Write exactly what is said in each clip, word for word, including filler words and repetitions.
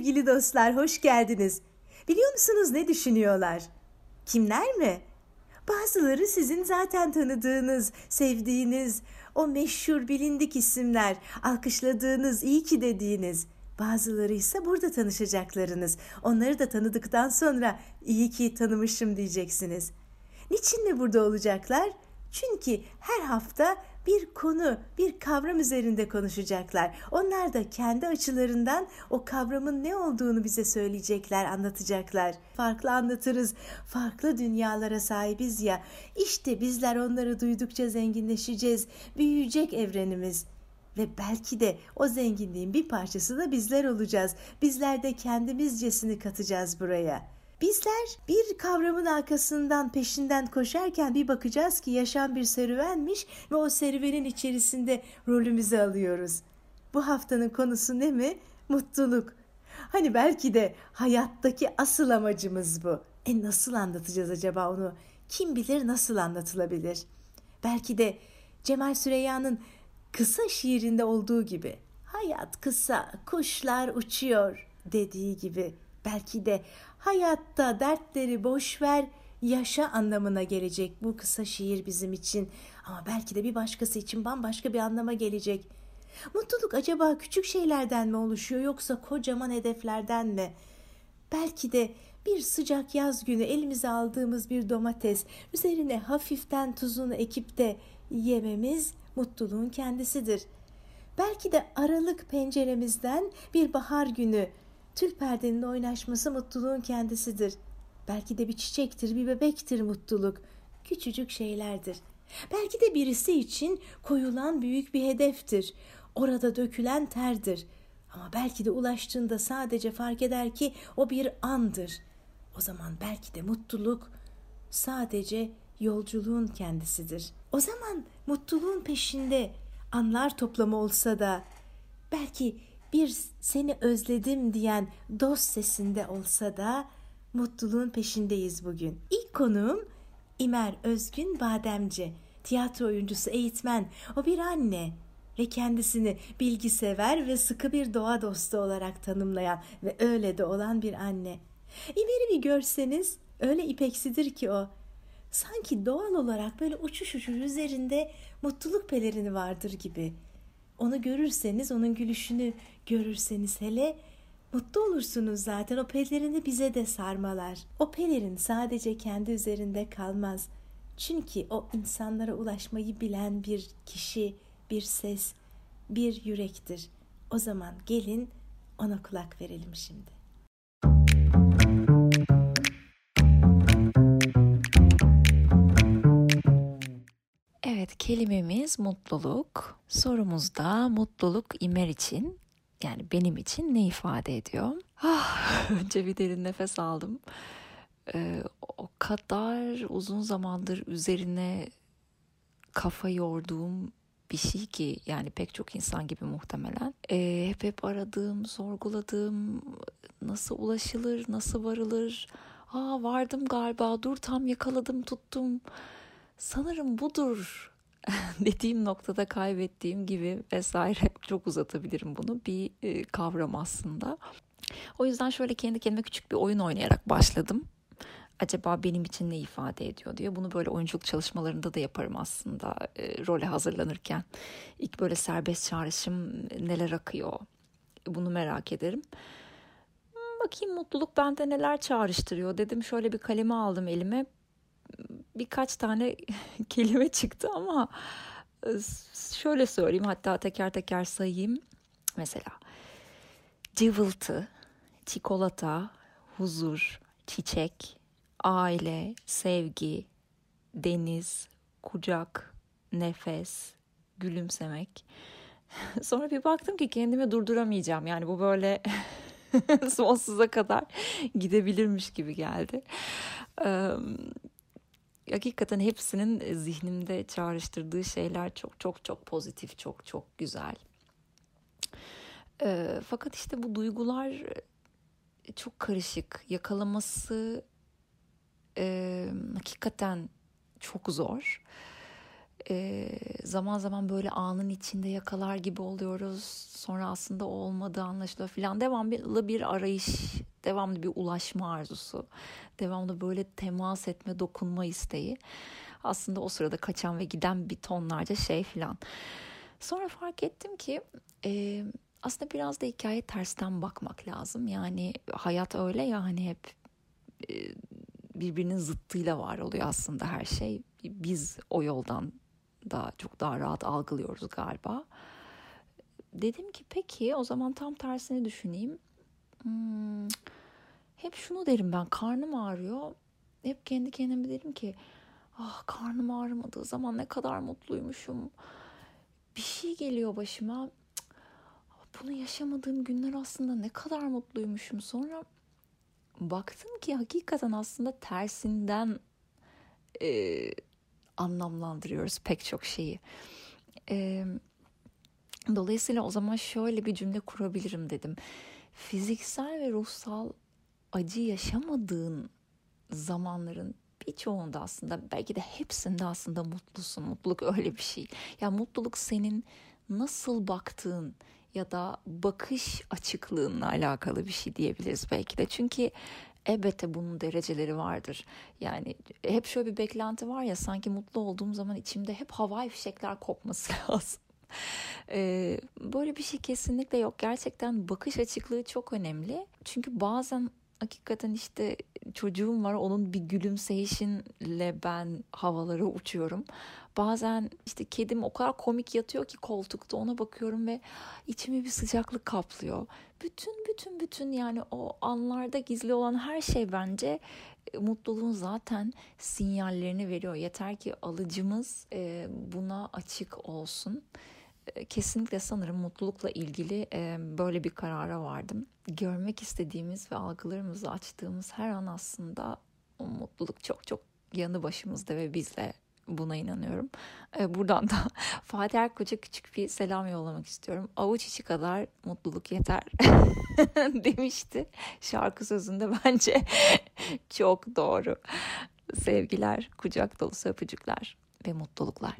sevgili dostlar, hoş geldiniz. Biliyor musunuz ne düşünüyorlar? Kimler mi? Bazıları sizin zaten tanıdığınız, sevdiğiniz, o meşhur bilindik isimler, alkışladığınız, iyi ki dediğiniz. Bazıları ise burada tanışacaklarınız. Onları da tanıdıktan sonra iyi ki tanımışım diyeceksiniz. Niçin mi burada olacaklar? Çünkü her hafta bir konu, bir kavram üzerinde konuşacaklar. Onlar da kendi açılarından o kavramın ne olduğunu bize söyleyecekler, anlatacaklar. Farklı anlatırız, farklı dünyalara sahibiz ya. İşte bizler onları duydukça zenginleşeceğiz, büyüyecek evrenimiz. Ve belki de o zenginliğin bir parçası da bizler olacağız. Bizler de kendimizcesini katacağız buraya. Bizler bir kavramın arkasından, peşinden koşarken bir bakacağız ki yaşam bir serüvenmiş ve o serüvenin içerisinde rolümüzü alıyoruz. Bu haftanın konusu ne mi? Mutluluk. Hani belki de hayattaki asıl amacımız bu. E nasıl anlatacağız acaba onu? Kim bilir nasıl anlatılabilir? Belki de Cemal Süreyya'nın kısa şiirinde olduğu gibi, hayat kısa, kuşlar uçuyor dediği gibi. Belki de hayatta dertleri boş ver, yaşa anlamına gelecek bu kısa şiir bizim için. Ama belki de bir başkası için bambaşka bir anlama gelecek. Mutluluk acaba küçük şeylerden mi oluşuyor yoksa kocaman hedeflerden mi? Belki de bir sıcak yaz günü elimize aldığımız bir domates, üzerine hafiften tuzunu ekip de yememiz mutluluğun kendisidir. Belki de aralık penceremizden bir bahar günü tül perdenin oynaşması mutluluğun kendisidir. Belki de bir çiçektir, bir bebektir mutluluk. Küçücük şeylerdir. Belki de birisi için koyulan büyük bir hedeftir. Orada dökülen terdir. Ama belki de ulaştığında sadece fark eder ki o bir andır. O zaman belki de mutluluk sadece yolculuğun kendisidir. O zaman mutluluğun peşinde anlar toplamı olsa da belki bir seni özledim diyen dost sesinde olsa da mutluluğun peşindeyiz bugün. İlk konuğum İmer Özgün Bademci, tiyatro oyuncusu, eğitmen. O bir anne ve kendisini bilgisever ve sıkı bir doğa dostu olarak tanımlayan ve öyle de olan bir anne. İmer'i bir görseniz öyle ipeksidir ki o. Sanki doğal olarak böyle uçuş uçuş üzerinde mutluluk pelerini vardır gibi. Onu görürseniz, onun gülüşünü görürseniz hele mutlu olursunuz zaten. O pelerini bize de sarmalar. O pelerin sadece kendi üzerinde kalmaz. Çünkü o insanlara ulaşmayı bilen bir kişi, bir ses, bir yürektir. O zaman gelin ona kulak verelim şimdi. Evet, kelimemiz mutluluk. Sorumuz da mutluluk İmer için, yani benim için ne ifade ediyor? Ah, önce bir derin nefes aldım. Ee, o kadar uzun zamandır üzerine kafa yorduğum bir şey ki, yani pek çok insan gibi muhtemelen. Ee, hep hep aradığım, sorguladığım, nasıl ulaşılır, nasıl varılır? Aa, vardım galiba, dur tam yakaladım, tuttum. Sanırım budur dediğim noktada kaybettiğim gibi vesaire, çok uzatabilirim bunu, bir e, kavram aslında. O yüzden şöyle kendi kendime küçük bir oyun oynayarak başladım. Acaba benim için ne ifade ediyor diye. Bunu böyle oyunculuk çalışmalarında da yaparım aslında, e, role hazırlanırken. İlk böyle serbest çağrışım neler akıyor, bunu merak ederim. Bakayım mutluluk bende neler çağrıştırıyor dedim. Şöyle bir kalemi aldım elime. Birkaç tane kelime çıktı ama şöyle söyleyeyim, hatta teker teker sayayım. Mesela cıvıltı, çikolata, huzur, çiçek, aile, sevgi, deniz, kucak, nefes, gülümsemek. Sonra bir baktım ki kendimi durduramayacağım. Yani bu böyle sonsuza kadar gidebilirmiş gibi geldi. Hakikaten hepsinin zihnimde çağrıştırdığı şeyler çok çok çok pozitif, çok çok güzel. E, fakat işte bu duygular çok karışık. Yakalaması e, hakikaten çok zor. Ee, zaman zaman böyle anın içinde yakalar gibi oluyoruz. Sonra aslında o olmadığı anlaşılıyor filan. Devamlı bir arayış, devamlı bir ulaşma arzusu, devamlı böyle temas etme, dokunma isteği. Aslında o sırada kaçan ve giden bir tonlarca şey filan. Sonra fark ettim ki e, aslında biraz da hikaye tersten bakmak lazım. Yani hayat öyle ya, hani hep e, birbirinin zıttıyla var oluyor aslında her şey. Biz o yoldan da çok daha rahat algılıyoruz galiba. Dedim ki peki o zaman tam tersini düşüneyim. Hmm, hep şunu derim ben, karnım ağrıyor. Hep kendi kendime derim ki ah, karnım ağrımadığı zaman ne kadar mutluymuşum. Bir şey geliyor başıma. Bunu yaşamadığım günler aslında ne kadar mutluymuşum. Sonra baktım ki hakikaten aslında tersinden e, anlamlandırıyoruz pek çok şeyi. E, dolayısıyla o zaman şöyle bir cümle kurabilirim dedim. Fiziksel ve ruhsal acı yaşamadığın zamanların birçoğunda aslında, belki de hepsinde aslında mutlusun. Mutluluk öyle bir şey. Yani mutluluk senin nasıl baktığın ya da bakış açıklığınla alakalı bir şey diyebiliriz belki de. Çünkü elbette bunun dereceleri vardır. Yani hep şöyle bir beklenti var ya, sanki mutlu olduğum zaman içimde hep havai fişekler kopması lazım. Ee, böyle bir şey kesinlikle yok. Gerçekten bakış açıklığı çok önemli. Çünkü bazen hakikaten işte çocuğum var, onun bir gülümseyişinle ben havalara uçuyorum. Bazen işte kedim o kadar komik yatıyor ki koltukta, ona bakıyorum ve içimi bir sıcaklık kaplıyor. Bütün bütün bütün yani o anlarda gizli olan her şey bence mutluluğun zaten sinyallerini veriyor. Yeter ki alıcımız buna açık olsun. Kesinlikle sanırım mutlulukla ilgili böyle bir karara vardım. Görmek istediğimiz ve algılarımızı açtığımız her an aslında o mutluluk çok çok yanı başımızda ve bizle, buna inanıyorum. Buradan da Fatih Erkoç'a küçük bir selam yollamak istiyorum. Avuç içi kadar mutluluk yeter demişti. Şarkı sözünde bence çok doğru. Sevgiler, kucak dolusu öpücükler ve mutluluklar.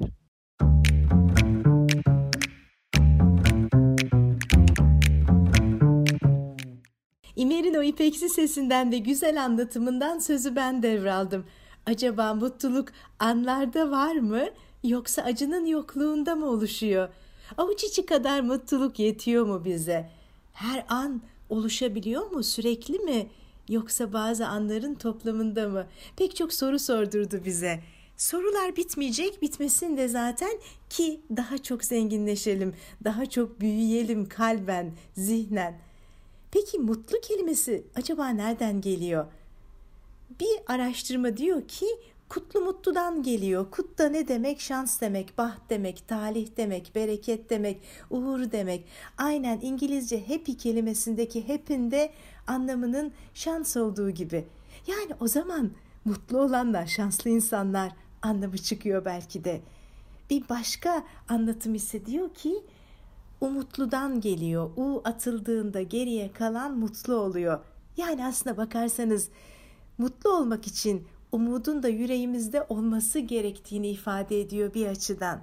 İmer'in o ipeksi sesinden ve güzel anlatımından sözü ben devraldım. Acaba mutluluk anlarda var mı, yoksa acının yokluğunda mı oluşuyor? Avuç içi kadar mutluluk yetiyor mu bize? Her an oluşabiliyor mu, sürekli mi? Yoksa bazı anların toplamında mı? Pek çok soru sordurdu bize. Sorular bitmeyecek, bitmesin de zaten ki daha çok zenginleşelim, daha çok büyüyelim kalben, zihnen. Peki mutlu kelimesi acaba nereden geliyor? Bir araştırma diyor ki kutlu mutludan geliyor. Kut da ne demek? Şans demek, baht demek, talih demek, bereket demek, uğur demek. Aynen İngilizce happy kelimesindeki happy'nin anlamının şans olduğu gibi. Yani o zaman mutlu olanlar, şanslı insanlar anlamı çıkıyor belki de. Bir başka anlatım ise diyor ki umutludan geliyor. U atıldığında geriye kalan mutlu oluyor. Yani aslına bakarsanız mutlu olmak için umudun da yüreğimizde olması gerektiğini ifade ediyor bir açıdan.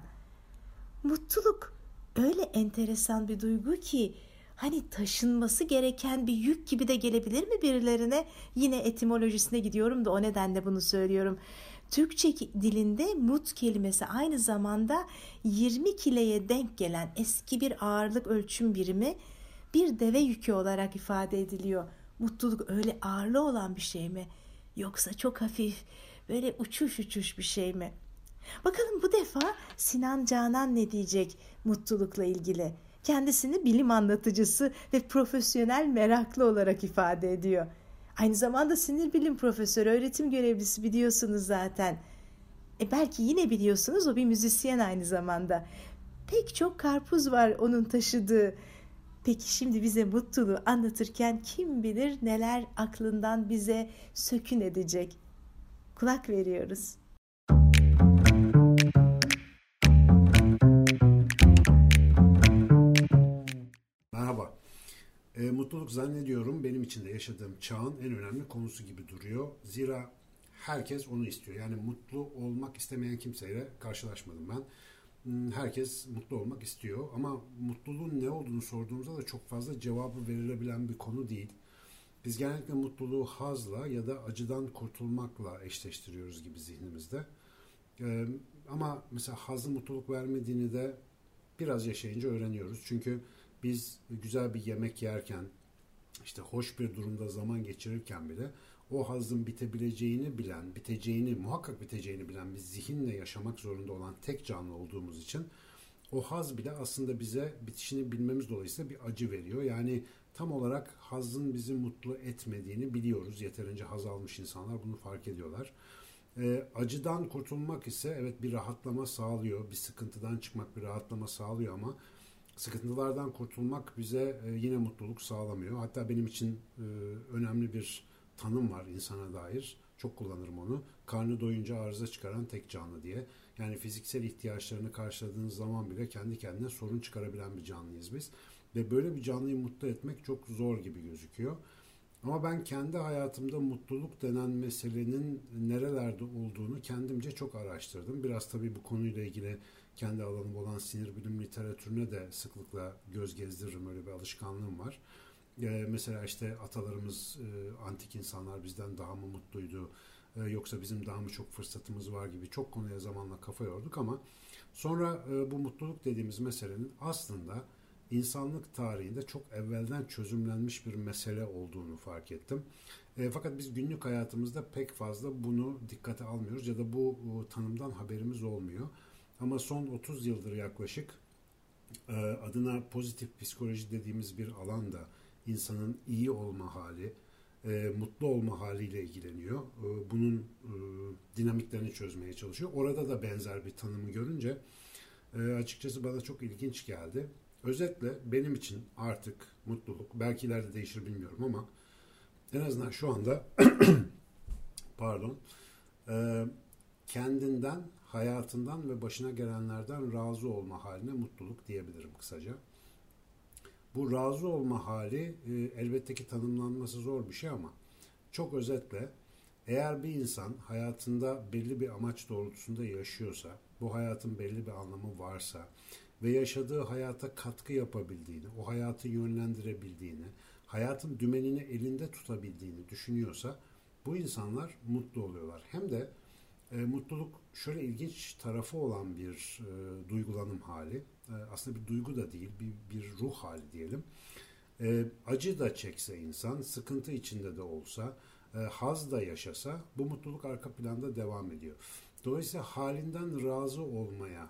Mutluluk öyle enteresan bir duygu ki hani taşınması gereken bir yük gibi de gelebilir mi birilerine? Yine etimolojisine gidiyorum da o nedenle bunu söylüyorum. Türkçe dilinde mut kelimesi aynı zamanda yirmi kileye denk gelen eski bir ağırlık ölçüm birimi, bir deve yükü olarak ifade ediliyor. Mutluluk öyle ağırlığı olan bir şey mi? Yoksa çok hafif, böyle uçuş uçuş bir şey mi? Bakalım bu defa Sinan Canan ne diyecek mutlulukla ilgili? Kendisini bilim anlatıcısı ve profesyonel meraklı olarak ifade ediyor. Aynı zamanda sinir bilim profesörü, öğretim görevlisi biliyorsunuz zaten. E belki yine biliyorsunuz, o bir müzisyen aynı zamanda. Pek çok karpuz var onun taşıdığı. Peki şimdi bize mutluluğu anlatırken kim bilir neler aklından bize sökün edecek. Kulak veriyoruz. Merhaba. E, mutluluk zannediyorum benim için de yaşadığım çağın en önemli konusu gibi duruyor. Zira herkes onu istiyor. Yani mutlu olmak istemeyen kimseyle karşılaşmadım ben. Herkes mutlu olmak istiyor ama mutluluğun ne olduğunu sorduğumuzda da çok fazla cevabı verilebilen bir konu değil. Biz genellikle mutluluğu hazla ya da acıdan kurtulmakla eşleştiriyoruz gibi zihnimizde. Ee, ama mesela hazın mutluluk vermediğini de biraz yaşayınca öğreniyoruz. Çünkü biz güzel bir yemek yerken, işte hoş bir durumda zaman geçirirken bile o hazın bitebileceğini bilen, biteceğini, muhakkak biteceğini bilen bir zihinle yaşamak zorunda olan tek canlı olduğumuz için o haz bile aslında bize bitişini bilmemiz dolayısıyla bir acı veriyor. Yani tam olarak hazın bizi mutlu etmediğini biliyoruz. Yeterince haz almış insanlar bunu fark ediyorlar. E, acıdan kurtulmak ise evet bir rahatlama sağlıyor. Bir sıkıntıdan çıkmak bir rahatlama sağlıyor ama sıkıntılardan kurtulmak bize e, yine mutluluk sağlamıyor. Hatta benim için e, önemli bir tanım var insana dair. Çok kullanırım onu. Karnı doyunca arıza çıkaran tek canlı diye. Yani fiziksel ihtiyaçlarını karşıladığınız zaman bile kendi kendine sorun çıkarabilen bir canlıyız biz. Ve böyle bir canlıyı mutlu etmek çok zor gibi gözüküyor. Ama ben kendi hayatımda mutluluk denen meselenin nerelerde olduğunu kendimce çok araştırdım. Biraz tabii bu konuyla ilgili kendi alanım olan sinir bilim literatürüne de sıklıkla göz gezdiririm. Öyle bir alışkanlığım var. Ee, mesela işte atalarımız, e, antik insanlar bizden daha mı mutluydu, e, yoksa bizim daha mı çok fırsatımız var gibi çok konuya zamanla kafa yorduk ama sonra e, bu mutluluk dediğimiz meselenin aslında insanlık tarihinde çok evvelden çözümlenmiş bir mesele olduğunu fark ettim. E, fakat biz günlük hayatımızda pek fazla bunu dikkate almıyoruz ya da bu e, tanımdan haberimiz olmuyor. Ama son otuz yıldır yaklaşık e, adına pozitif psikoloji dediğimiz bir alanda insanın iyi olma hali, e, mutlu olma haliyle ilgileniyor. E, bunun e, dinamiklerini çözmeye çalışıyor. Orada da benzer bir tanımı görünce e, açıkçası bana çok ilginç geldi. Özetle benim için artık mutluluk, belki ileride değişir bilmiyorum ama en azından şu anda pardon e, kendinden, hayatından ve başına gelenlerden razı olma haline mutluluk diyebilirim kısaca. Bu razı olma hali e, elbette ki tanımlanması zor bir şey ama çok özetle eğer bir insan hayatında belli bir amaç doğrultusunda yaşıyorsa, bu hayatın belli bir anlamı varsa ve yaşadığı hayata katkı yapabildiğini, o hayatı yönlendirebildiğini, hayatın dümenini elinde tutabildiğini düşünüyorsa bu insanlar mutlu oluyorlar. Hem de e, mutluluk şöyle ilginç tarafı olan bir e, duygulanım hali. E, aslında bir duygu da değil, bir, bir ruh hali diyelim. E, acı da çekse insan, sıkıntı içinde de olsa, e, haz da yaşasa bu mutluluk arka planda devam ediyor. Dolayısıyla halinden razı olmaya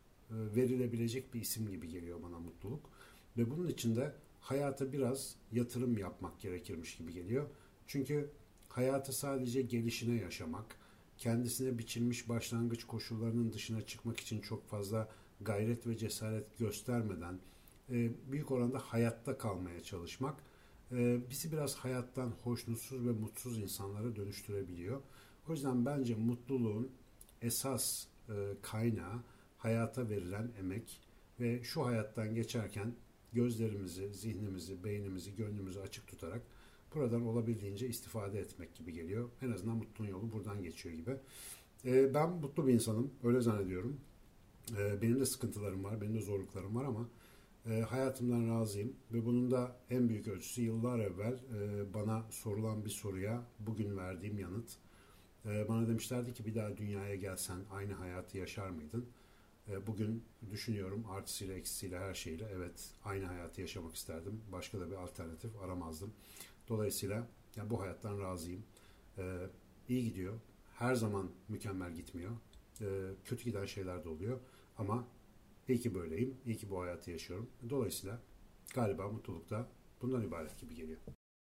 e, verilebilecek bir isim gibi geliyor bana mutluluk. Ve bunun için de hayata biraz yatırım yapmak gerekirmiş gibi geliyor. Çünkü hayatı sadece gelişine yaşamak, kendisine biçilmiş başlangıç koşullarının dışına çıkmak için çok fazla gayret ve cesaret göstermeden e, büyük oranda hayatta kalmaya çalışmak e, bizi biraz hayattan hoşnutsuz ve mutsuz insanlara dönüştürebiliyor. O yüzden bence mutluluğun esas e, kaynağı hayata verilen emek ve şu hayattan geçerken gözlerimizi, zihnimizi, beynimizi, gönlümüzü açık tutarak buradan olabildiğince istifade etmek gibi geliyor. En azından mutluluğun yolu buradan geçiyor gibi. E, ben mutlu bir insanım, öyle zannediyorum. E, benim de sıkıntılarım var, benim de zorluklarım var ama e, hayatımdan razıyım. Ve bunun da en büyük ölçüsü yıllar evvel e, bana sorulan bir soruya bugün verdiğim yanıt. E, bana demişlerdi ki bir daha dünyaya gelsen aynı hayatı yaşar mıydın? E, bugün düşünüyorum artısıyla eksisiyle her şeyle evet aynı hayatı yaşamak isterdim. Başka da bir alternatif aramazdım. Dolayısıyla ya bu hayattan razıyım. Ee, iyi gidiyor. Her zaman mükemmel gitmiyor. Ee, kötü giden şeyler de oluyor. Ama iyi ki böyleyim. İyi ki bu hayatı yaşıyorum. Dolayısıyla galiba mutluluk da bundan ibaret gibi geliyor.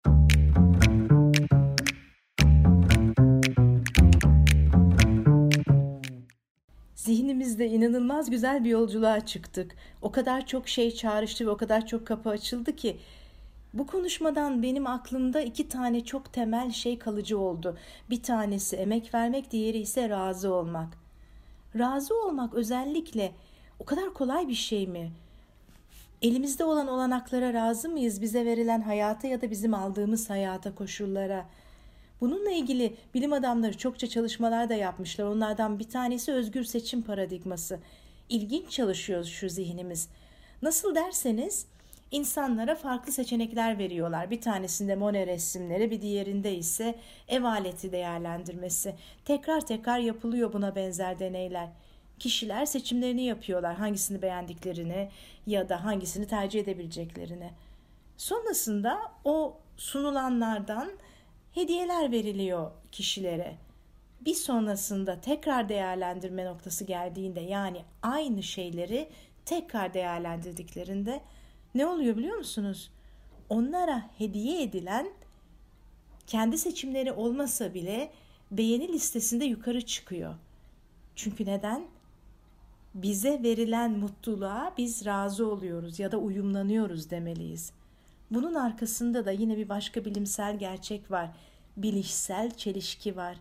Zihnimizde inanılmaz güzel bir yolculuğa çıktık. O kadar çok şey çağrıştı ve o kadar çok kapı açıldı ki bu konuşmadan benim aklımda iki tane çok temel şey kalıcı oldu. Bir tanesi emek vermek, diğeri ise razı olmak. Razı olmak özellikle o kadar kolay bir şey mi? Elimizde olan olanaklara razı mıyız? Bize verilen hayata ya da bizim aldığımız hayata, koşullara. Bununla ilgili bilim adamları çokça çalışmalar da yapmışlar. Onlardan bir tanesi özgür seçim paradigması. İlginç çalışıyor şu zihnimiz. Nasıl derseniz insanlara farklı seçenekler veriyorlar. Bir tanesinde Monet resimleri, bir diğerinde ise ev aleti değerlendirmesi. Tekrar tekrar yapılıyor buna benzer deneyler. Kişiler seçimlerini yapıyorlar, hangisini beğendiklerini ya da hangisini tercih edebileceklerini. Sonrasında o sunulanlardan hediyeler veriliyor kişilere. Bir sonrasında tekrar değerlendirme noktası geldiğinde, yani aynı şeyleri tekrar değerlendirdiklerinde ne oluyor biliyor musunuz? Onlara hediye edilen, kendi seçimleri olmasa bile beğeni listesinde yukarı çıkıyor. Çünkü neden? Bize verilen mutluluğa biz razı oluyoruz ya da uyumlanıyoruz demeliyiz. Bunun arkasında da yine bir başka bilimsel gerçek var. Bilişsel çelişki var.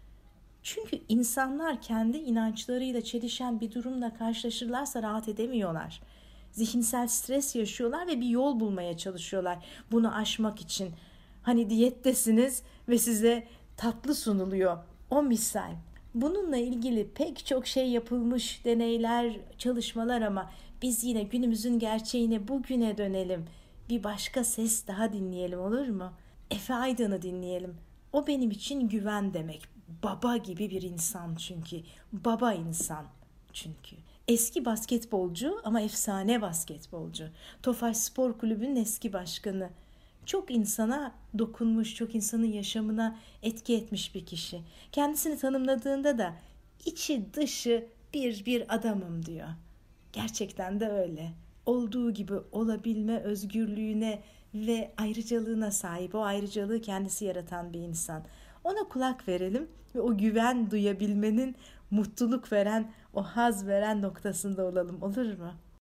Çünkü insanlar kendi inançlarıyla çelişen bir durumla karşılaşırlarsa rahat edemiyorlar. Zihinsel stres yaşıyorlar ve bir yol bulmaya çalışıyorlar bunu aşmak için. Hani diyettesiniz ve size tatlı sunuluyor. O misal. Bununla ilgili pek çok şey yapılmış, deneyler, çalışmalar, ama biz yine günümüzün gerçeğine, bugüne dönelim. Bir başka ses daha dinleyelim, olur mu? Efe Aydın'ı dinleyelim. O benim için güven demek. Baba gibi bir insan çünkü. Baba insan çünkü. Eski basketbolcu ama efsane basketbolcu. Tofaş Spor Kulübü'nün eski başkanı. Çok insana dokunmuş, çok insanın yaşamına etki etmiş bir kişi. Kendisini tanımladığında da içi dışı bir bir adamım diyor. Gerçekten de öyle. Olduğu gibi olabilme özgürlüğüne ve ayrıcalığına sahip, o ayrıcalığı kendisi yaratan bir insan. Ona kulak verelim ve o güven duyabilmenin mutluluk veren, o haz veren noktasında olalım, olur mu?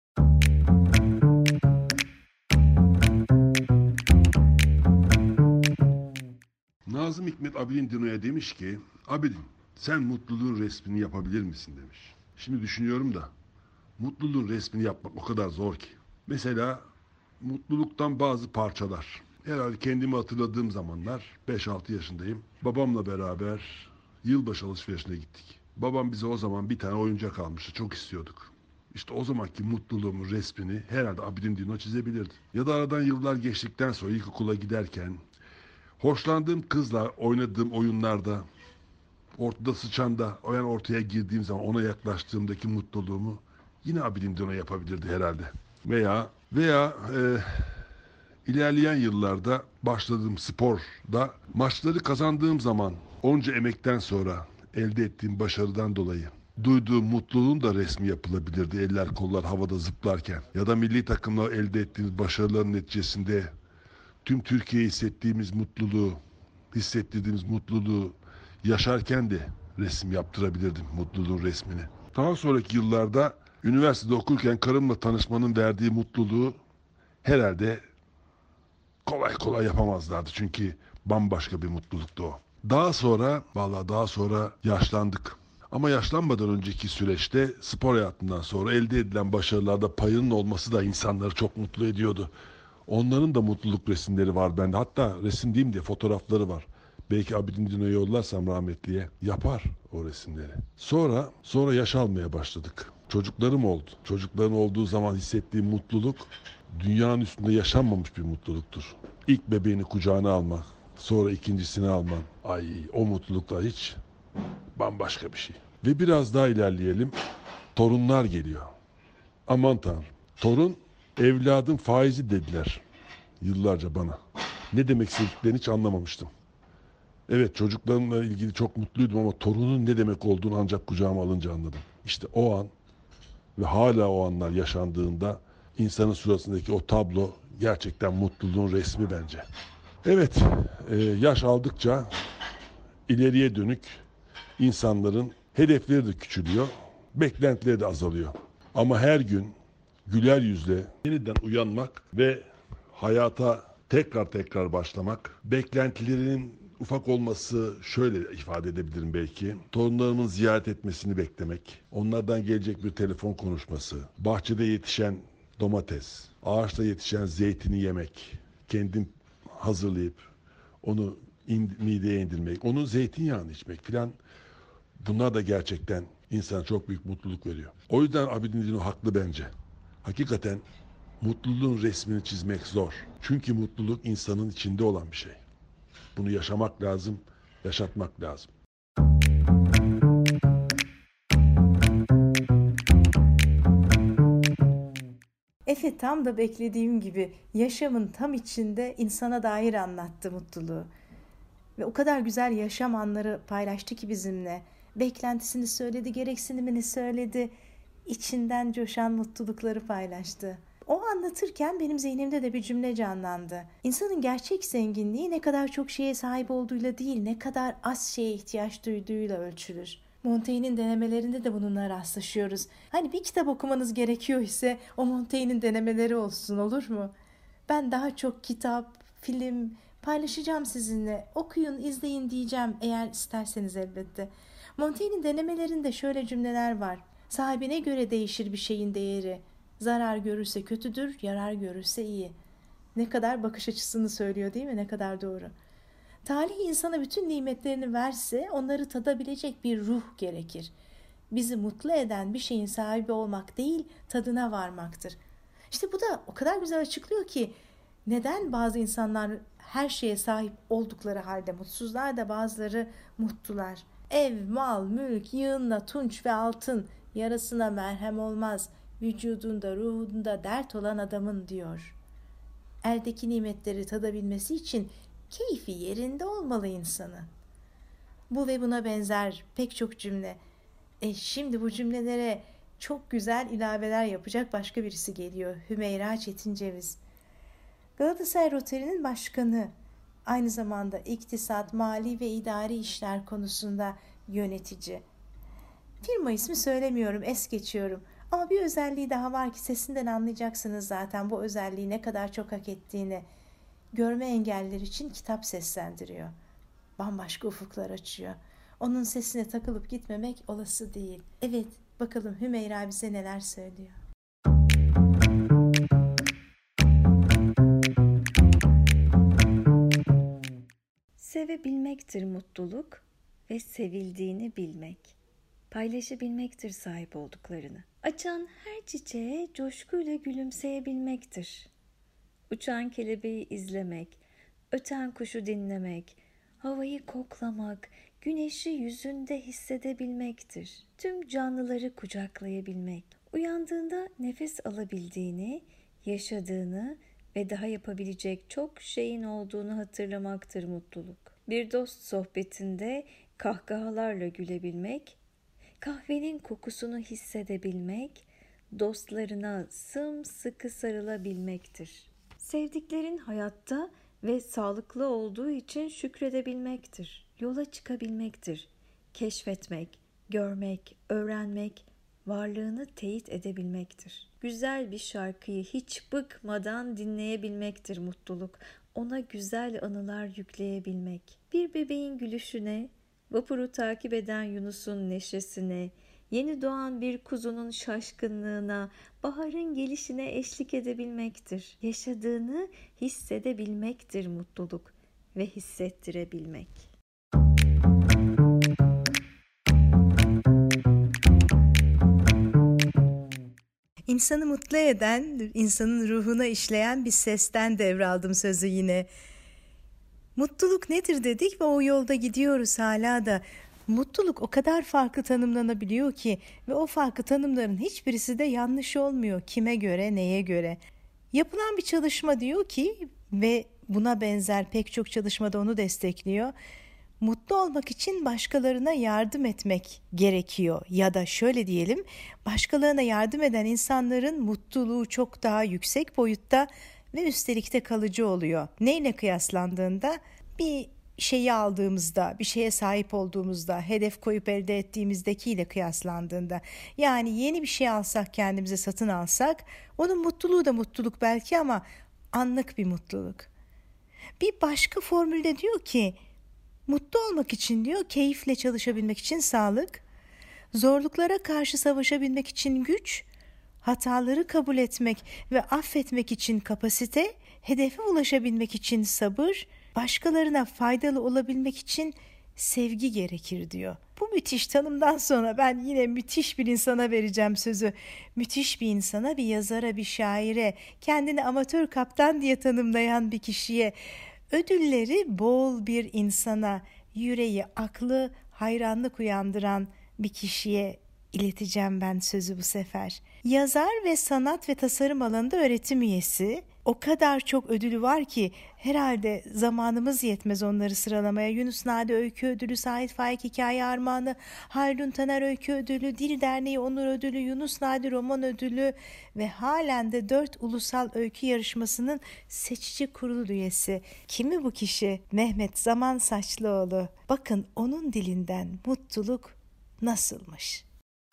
Nazım Hikmet Abidin Dino'ya demiş ki, Abidin sen mutluluğun resmini yapabilir misin demiş. Şimdi düşünüyorum da mutluluğun resmini yapmak o kadar zor ki. Mesela mutluluktan bazı parçalar. Herhalde kendimi hatırladığım zamanlar beş altı yaşındayım. Babamla beraber yılbaşı alışverişine gittik. Babam bize o zaman bir tane oyuncak almıştı. Çok istiyorduk. İşte o zamanki mutluluğumun resmini herhalde Abidin Dino çizebilirdi. Ya da aradan yıllar geçtikten sonra ilkokula giderken hoşlandığım kızla oynadığım oyunlarda, ortada sıçanda, o yani ortaya girdiğim zaman ona yaklaştığımdaki mutluluğumu yine Abidin Dino yapabilirdi herhalde. Veya veya e, ilerleyen yıllarda başladığım sporda maçları kazandığım zaman onca emekten sonra elde ettiğim başarıdan dolayı duyduğum mutluluğun da resmi yapılabilirdi, eller kollar havada zıplarken. Ya da milli takımla elde ettiğimiz başarıların neticesinde tüm Türkiye'ye hissettiğimiz mutluluğu, hissettirdiğimiz mutluluğu yaşarken de resim yaptırabilirdim, mutluluğun resmini. Daha sonraki yıllarda üniversitede okurken karımla tanışmanın verdiği mutluluğu herhalde kolay kolay yapamazlardı. Çünkü bambaşka bir mutluluktu o. Daha sonra, vallahi daha sonra yaşlandık. Ama yaşlanmadan önceki süreçte spor hayatından sonra elde edilen başarılarda payının olması da insanları çok mutlu ediyordu. Onların da mutluluk resimleri var bende. Hatta resim diyeyim diye fotoğrafları var. Belki Abidin Dino'ya yollarsam rahmetliye yapar o resimleri. Sonra sonra yaş almaya başladık. Çocuklarım oldu. Çocukların olduğu zaman hissettiğim mutluluk dünyanın üstünde yaşanmamış bir mutluluktur. İlk bebeğini kucağına almak, sonra ikincisini alman. Ay o mutluluklar hiç bambaşka bir şey. Ve biraz daha ilerleyelim. Torunlar geliyor. Aman Tanrım. Torun evladın faizi dediler yıllarca bana. Ne demek istediklerini hiç anlamamıştım. Evet, çocuklarımla ilgili çok mutluydum ama torunun ne demek olduğunu ancak kucağıma alınca anladım. İşte o an ve hala o anlar yaşandığında insanın suratındaki o tablo gerçekten mutluluğun resmi bence. Evet, e, yaş aldıkça ileriye dönük insanların hedefleri de küçülüyor, beklentileri de azalıyor. Ama her gün güler yüzle yeniden uyanmak ve hayata tekrar tekrar başlamak, beklentilerinin ufak olması şöyle ifade edebilirim belki. Torunlarımın ziyaret etmesini beklemek, onlardan gelecek bir telefon konuşması, bahçede yetişen domates, ağaçta yetişen zeytini yemek, kendim hazırlayıp onu in, mideye indirmek, onun zeytinyağını içmek filan, bunlar da gerçekten insana çok büyük mutluluk veriyor. O yüzden Abidin Dino haklı bence. Hakikaten mutluluğun resmini çizmek zor. Çünkü mutluluk insanın içinde olan bir şey. Bunu yaşamak lazım, yaşatmak lazım. Efe tam da beklediğim gibi yaşamın tam içinde insana dair anlattı mutluluğu. Ve o kadar güzel yaşam anları paylaştı ki bizimle. Beklentisini söyledi, gereksinimini söyledi. İçinden coşan mutlulukları paylaştı. O anlatırken benim zihnimde de bir cümle canlandı. İnsanın gerçek zenginliği ne kadar çok şeye sahip olduğuyla değil, ne kadar az şeye ihtiyaç duyduğuyla ölçülür. Montaigne'in denemelerinde de bununla rastlaşıyoruz. Hani bir kitap okumanız gerekiyor ise o Montaigne'in denemeleri olsun, olur mu? Ben daha çok kitap, film paylaşacağım sizinle. Okuyun, izleyin diyeceğim eğer isterseniz elbette. Montaigne'in denemelerinde şöyle cümleler var. Sahibine göre değişir bir şeyin değeri. Zarar görürse kötüdür, yarar görürse iyi. Ne kadar bakış açısını söylüyor değil mi? Ne kadar doğru. Talih insana bütün nimetlerini verse onları tadabilecek bir ruh gerekir. Bizi mutlu eden bir şeyin sahibi olmak değil, tadına varmaktır. İşte bu da o kadar güzel açıklıyor ki neden bazı insanlar her şeye sahip oldukları halde mutsuzlar da bazıları mutlular. Ev, mal, mülk, yığınla tunç ve altın, yarasına merhem olmaz, vücudunda, ruhunda dert olan adamın diyor. Eldeki nimetleri tadabilmesi için keyfi yerinde olmalı insanın. Bu ve buna benzer pek çok cümle. E şimdi bu cümlelere çok güzel ilaveler yapacak başka birisi geliyor. Hümeyra Çetinceviz. Galatasaray Rotary'nin başkanı. Aynı zamanda iktisat, mali ve idari işler konusunda yönetici. Firma ismi söylemiyorum, es geçiyorum. Ama bir özelliği daha var ki sesinden anlayacaksınız zaten bu özelliği ne kadar çok hak ettiğini. Görme engelliler için kitap seslendiriyor. Bambaşka ufuklar açıyor. Onun sesine takılıp gitmemek olası değil. Evet, bakalım Hümeyra bize neler söylüyor. Sevebilmektir mutluluk ve sevildiğini bilmek. Paylaşabilmektir sahip olduklarını. Açan her çiçeğe coşkuyla gülümseyebilmektir. Uçan kelebeği izlemek, öten kuşu dinlemek, havayı koklamak, güneşi yüzünde hissedebilmektir. Tüm canlıları kucaklayabilmek, uyandığında nefes alabildiğini, yaşadığını ve daha yapabilecek çok şeyin olduğunu hatırlamaktır mutluluk. Bir dost sohbetinde kahkahalarla gülebilmek, kahvenin kokusunu hissedebilmek, dostlarına sımsıkı sarılabilmektir. Sevdiklerin hayatta ve sağlıklı olduğu için şükredebilmektir. Yola çıkabilmektir. Keşfetmek, görmek, öğrenmek, varlığını teyit edebilmektir. Güzel bir şarkıyı hiç bıkmadan dinleyebilmektir mutluluk. Ona güzel anılar yükleyebilmek. Bir bebeğin gülüşüne, vapuru takip eden Yunus'un neşesine, yeni doğan bir kuzunun şaşkınlığına, baharın gelişine eşlik edebilmektir. Yaşadığını hissedebilmektir mutluluk ve hissettirebilmek. İnsanı mutlu eden, insanın ruhuna işleyen bir sesten devraldım sözü yine. Mutluluk nedir dedik ve o yolda gidiyoruz hala da. Mutluluk o kadar farklı tanımlanabiliyor ki ve o farklı tanımların hiçbirisi de yanlış olmuyor. Kime göre, neye göre? Yapılan bir çalışma diyor ki ve buna benzer pek çok çalışmada onu destekliyor. Mutlu olmak için başkalarına yardım etmek gerekiyor ya da şöyle diyelim, başkalarına yardım eden insanların mutluluğu çok daha yüksek boyutta ve üstelik de kalıcı oluyor. Neyle kıyaslandığında? Bir şeyi aldığımızda, bir şeye sahip olduğumuzda, hedef koyup elde ettiğimizdekiyle kıyaslandığında, yani yeni bir şey alsak, kendimize satın alsak, onun mutluluğu da mutluluk belki ama anlık bir mutluluk. Bir başka formülde diyor ki, mutlu olmak için diyor, keyifle çalışabilmek için sağlık, zorluklara karşı savaşabilmek için güç, hataları kabul etmek ve affetmek için kapasite, hedefe ulaşabilmek için sabır, Başkalarına faydalı olabilmek için sevgi gerekir diyor. Bu müthiş tanımdan sonra ben yine müthiş bir insana vereceğim sözü. Müthiş bir insana, bir yazara, bir şaire, kendini amatör kaptan diye tanımlayan bir kişiye, ödülleri bol bir insana, yüreği, aklı, hayranlık uyandıran bir kişiye ileteceğim ben sözü bu sefer. Yazar ve sanat ve tasarım alanında öğretim üyesi. O kadar çok ödülü var ki herhalde zamanımız yetmez onları sıralamaya. Yunus Nadi Öykü Ödülü, Sait Faik Hikaye Armağanı, Haldun Taner Öykü Ödülü, Dil Derneği Onur Ödülü, Yunus Nadi Roman Ödülü ve halen de dört ulusal öykü yarışmasının seçici kurulu üyesi. Kimi bu kişi? Mehmet Zaman Saçlıoğlu. Bakın onun dilinden mutluluk nasılmış?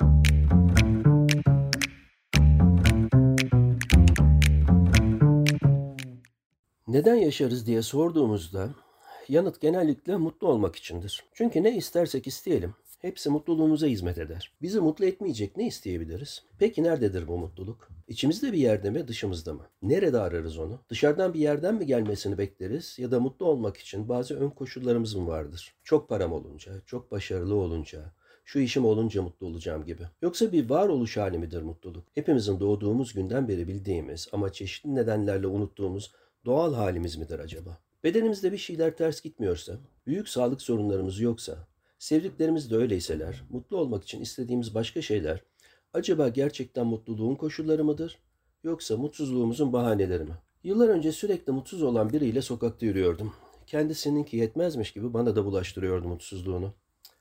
Neden yaşarız diye sorduğumuzda yanıt genellikle mutlu olmak içindir. Çünkü ne istersek isteyelim hepsi mutluluğumuza hizmet eder. Bizi mutlu etmeyecek ne isteyebiliriz? Peki nerededir bu mutluluk? İçimizde bir yerde mi, dışımızda mı? Nerede ararız onu? Dışarıdan bir yerden mi gelmesini bekleriz ya da mutlu olmak için bazı ön koşullarımız mı vardır? Çok param olunca, çok başarılı olunca, şu işim olunca mutlu olacağım gibi. Yoksa bir varoluş hali midir mutluluk? Hepimizin doğduğumuz günden beri bildiğimiz ama çeşitli nedenlerle unuttuğumuz doğal halimiz midir acaba? Bedenimizde bir şeyler ters gitmiyorsa, büyük sağlık sorunlarımız yoksa, sevdiklerimiz de öyleyseler, mutlu olmak için istediğimiz başka şeyler, acaba gerçekten mutluluğun koşulları mıdır? Yoksa mutsuzluğumuzun bahaneleri mi? Yıllar önce sürekli mutsuz olan biriyle sokakta yürüyordum. Kendisininki yetmezmiş gibi bana da bulaştırıyordu mutsuzluğunu.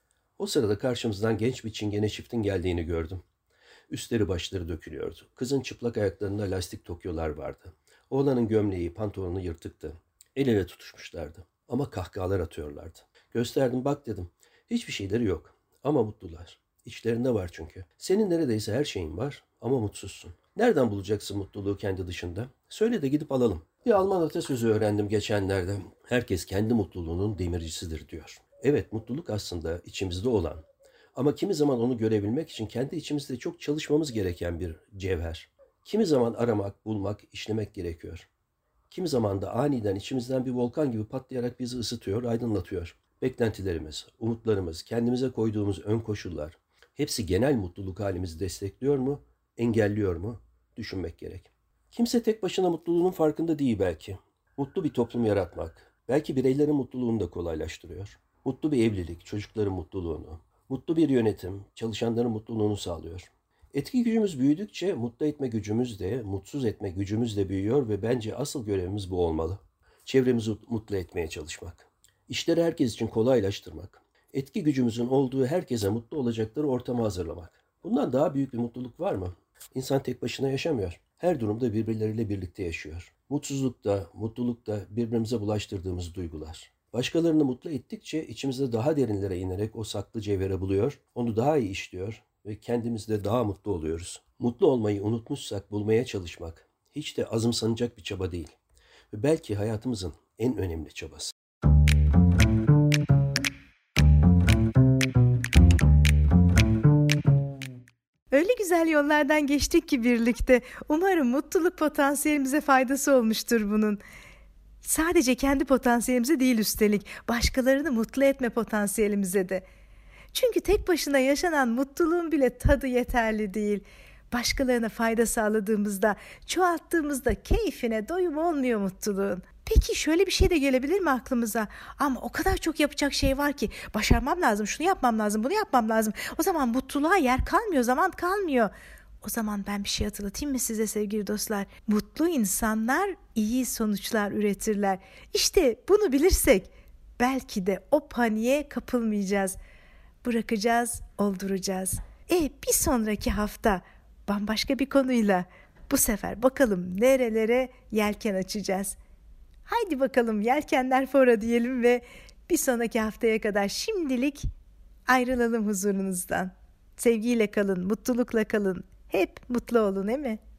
O sırada karşımızdan genç bir çingene çiftin geldiğini gördüm. Üstleri başları dökülüyordu. Kızın çıplak ayaklarında lastik tokyolar vardı. Oğlanın gömleği, pantolonu yırtıktı. El ele tutuşmuşlardı. Ama kahkahalar atıyorlardı. Gösterdim, bak dedim. Hiçbir şeyleri yok. Ama mutlular. İçlerinde var çünkü. Senin neredeyse her şeyin var ama mutsuzsun. Nereden bulacaksın mutluluğu kendi dışında? Söyle de gidip alalım. Bir Alman atasözü öğrendim geçenlerde. Herkes kendi mutluluğunun demircisidir diyor. Evet, mutluluk aslında içimizde olan ama kimi zaman onu görebilmek için kendi içimizde çok çalışmamız gereken bir cevher. Kimi zaman aramak, bulmak, işlemek gerekiyor. Kimi zaman da aniden içimizden bir volkan gibi patlayarak bizi ısıtıyor, aydınlatıyor. Beklentilerimiz, umutlarımız, kendimize koyduğumuz ön koşullar hepsi genel mutluluk halimizi destekliyor mu, engelliyor mu? Düşünmek gerek. Kimse tek başına mutluluğunun farkında değil belki. Mutlu bir toplum yaratmak, belki bireylerin mutluluğunu da kolaylaştırıyor. Mutlu bir evlilik, çocukların mutluluğunu, mutlu bir yönetim, çalışanların mutluluğunu sağlıyor. Etki gücümüz büyüdükçe mutlu etme gücümüz de, mutsuz etme gücümüz de büyüyor ve bence asıl görevimiz bu olmalı. Çevremizi mutlu etmeye çalışmak. İşleri herkes için kolaylaştırmak. Etki gücümüzün olduğu herkese mutlu olacakları ortamı hazırlamak. Bundan daha büyük bir mutluluk var mı? İnsan tek başına yaşamıyor. Her durumda birbirleriyle birlikte yaşıyor. Mutsuzluk da, mutluluk da birbirimize bulaştırdığımız duygular. Başkalarını mutlu ettikçe içimizde daha derinlere inerek o saklı cevheri buluyor, onu daha iyi işliyor ve kendimizde daha mutlu oluyoruz. Mutlu olmayı unutmuşsak bulmaya çalışmak hiç de azımsanacak bir çaba değil. Ve belki hayatımızın en önemli çabası. Öyle güzel yollardan geçtik ki birlikte. Umarım mutluluk potansiyelimize faydası olmuştur bunun. Sadece kendi potansiyelimize değil üstelik, başkalarını mutlu etme potansiyelimize de. Çünkü tek başına yaşanan mutluluğun bile tadı yeterli değil. Başkalarına fayda sağladığımızda, çoğalttığımızda keyfine doyum olmuyor mutluluğun. Peki şöyle bir şey de gelebilir mi aklımıza? Ama o kadar çok yapacak şey var ki başarmam lazım, şunu yapmam lazım, bunu yapmam lazım. O zaman mutluluğa yer kalmıyor, zaman kalmıyor. O zaman ben bir şey hatırlatayım mı size sevgili dostlar? Mutlu insanlar iyi sonuçlar üretirler. İşte bunu bilirsek belki de o paniğe kapılmayacağız. Bırakacağız, olduracağız. E bir sonraki hafta bambaşka bir konuyla bu sefer bakalım nerelere yelken açacağız. Haydi bakalım yelkenler fora diyelim ve bir sonraki haftaya kadar şimdilik ayrılalım huzurunuzdan. Sevgiyle kalın, mutlulukla kalın. Hep mutlu olun, değil mi?